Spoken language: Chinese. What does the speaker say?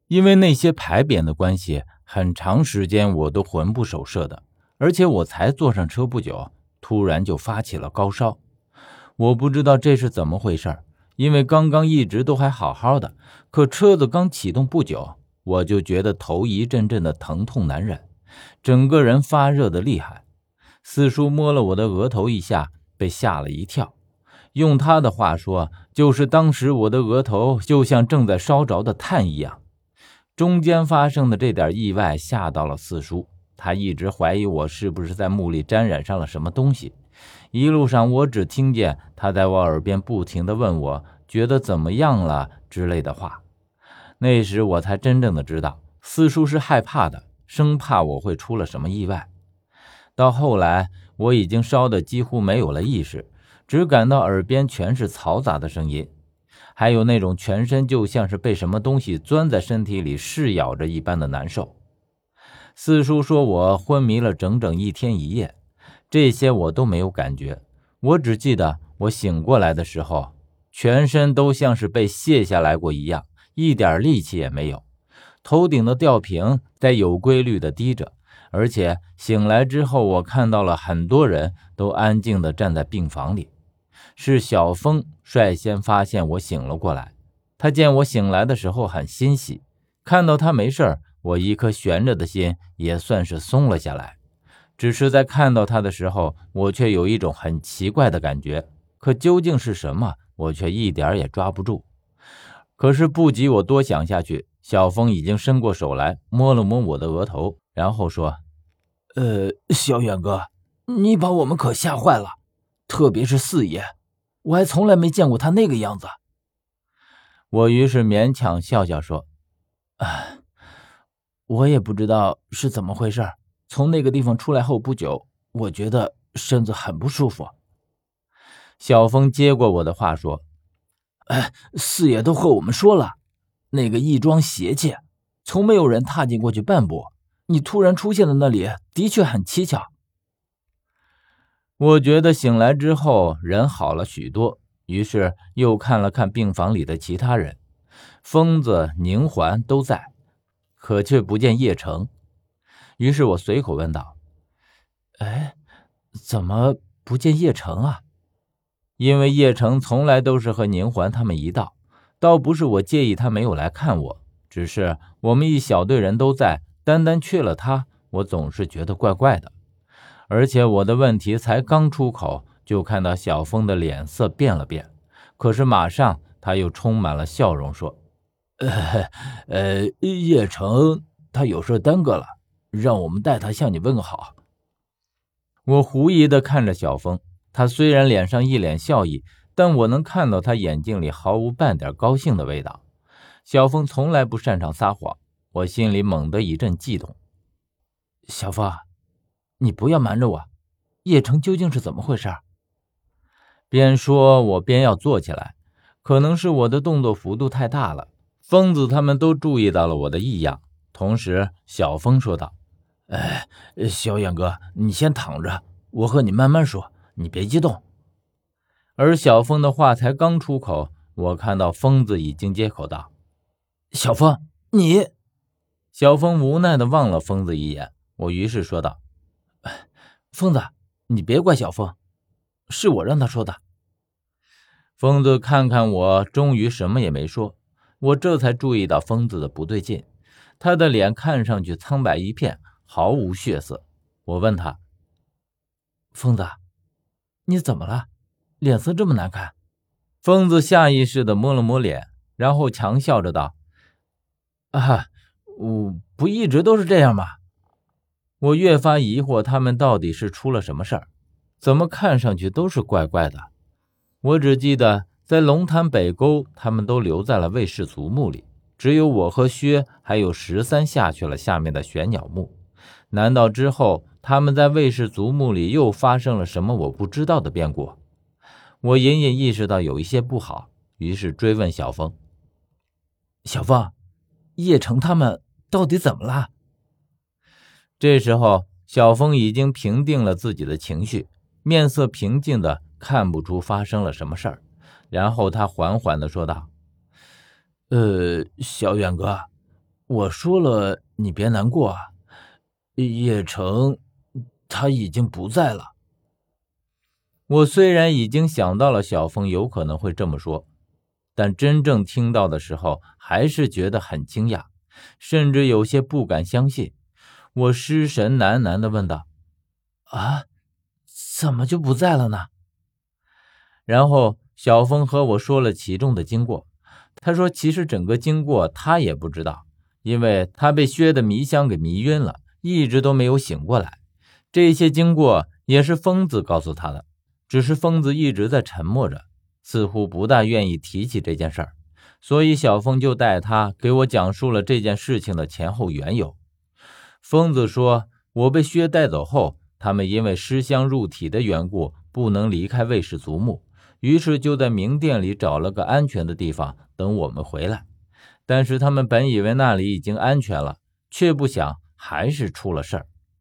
因为那些牌匾的关系，很长时间我都魂不守舍的，而且我才坐上车不久，突然就发起了高烧。我不知道这是怎么回事，因为刚刚一直都还好好的，可车子刚启动不久，我就觉得头一阵阵的疼痛难忍，整个人发热的厉害。四叔摸了我的额头一下，被吓了一跳。用他的话说，就是当时我的额头就像正在烧着的炭一样。中间发生的这点意外吓到了四叔，他一直怀疑我是不是在墓里沾染上了什么东西。一路上我只听见他在我耳边不停地问我觉得怎么样了之类的话。那时我才真正的知道四叔是害怕的，生怕我会出了什么意外。到后来我已经烧得几乎没有了意识，只感到耳边全是嘈杂的声音，还有那种全身就像是被什么东西钻在身体里噬咬着一般的难受。四叔说我昏迷了整整1天1夜，这些我都没有感觉，我只记得我醒过来的时候，全身都像是被卸下来过一样，一点力气也没有，头顶的吊瓶在有规律地滴着，而且醒来之后我看到了很多人都安静地站在病房里。是小峰率先发现我醒了过来，他见我醒来的时候很欣喜，看到他没事，我一颗悬着的心也算是松了下来。只是在看到他的时候，我却有一种很奇怪的感觉，可究竟是什么，我却一点也抓不住。可是不及我多想下去，小峰已经伸过手来摸了摸我的额头，然后说： 小远哥，你把我们可吓坏了，特别是四爷，我还从来没见过他那个样子。 我于是勉强笑笑说： 我也不知道是怎么回事，从那个地方出来后不久，我觉得身子很不舒服。 小峰接过我的话说： 四爷都和我们说了，那个义庄邪气，从没有人踏进过去半步，你突然出现的那里的确很蹊跷。 我觉得醒来之后人好了许多，于是又看了看病房里的其他人，疯子、宁环都在，可却不见叶城。于是我随口问道： 怎么不见叶城啊？ 因为叶城从来都是和宁环他们一道，倒不是我介意他没有来看我，只是我们一小队人都在，单单缺了他，我总是觉得怪怪的。而且我的问题才刚出口，就看到小峰的脸色变了变，可是马上他又充满了笑容说： 叶城他有事耽搁了，让我们带他向你问个好。 我狐疑地看着小峰，他虽然脸上一脸笑意，但我能看到他眼睛里毫无半点高兴的味道。小峰从来不擅长撒谎，我心里猛地一阵悸动。 小峰，你不要瞒着我，叶城究竟是怎么回事？ 边说我边要坐起来，可能是我的动作幅度太大了，疯子他们都注意到了我的异样。同时小峰说道： 小远哥，你先躺着，我和你慢慢说，你别激动。 而小峰的话才刚出口，我看到疯子已经接口道： 小峰，你…… 小峰无奈地望了疯子一眼，我于是说道： 疯子，你别怪小峰，是我让他说的。 疯子看看我，终于什么也没说。我这才注意到疯子的不对劲，他的脸看上去苍白一片，毫无血色。我问他： 疯子，你怎么了？脸色这么难看。 疯子下意识地摸了摸脸，然后强笑着道： 我不一直都是这样吗？ 我越发疑惑他们到底是出了什么事儿，怎么看上去都是怪怪的。我只记得在龙潭北沟，他们都留在了卫氏族墓里，只有我和薛还有13下去了下面的玄鸟墓。难道之后他们在卫氏族墓里又发生了什么我不知道的变故？我隐隐意识到有一些不好，于是追问小峰： 小峰，叶城他们到底怎么了？ 这时候小峰已经平定了自己的情绪，面色平静的看不出发生了什么事儿，然后他缓缓地说道： 小远哥， 我说了，你别难过啊。叶城他已经不在了。 我虽然已经想到了小峰有可能会这么说，但真正听到的时候还是觉得很惊讶，甚至有些不敢相信。我失神喃喃地问道： 啊，怎么就不在了呢？ 然后小峰和我说了其中的经过。他说其实整个经过他也不知道，因为他被薛的迷香给迷晕了，一直都没有醒过来。这些经过也是疯子告诉他的，只是疯子一直在沉默着，似乎不大愿意提起这件事儿，所以小峰就带他给我讲述了这件事情的前后缘由。疯子说，我被薛带走后，他们因为尸香入体的缘故，不能离开魏氏族墓，于是就在明殿里找了个安全的地方等我们回来。但是他们本以为那里已经安全了，却不想还是出了事儿。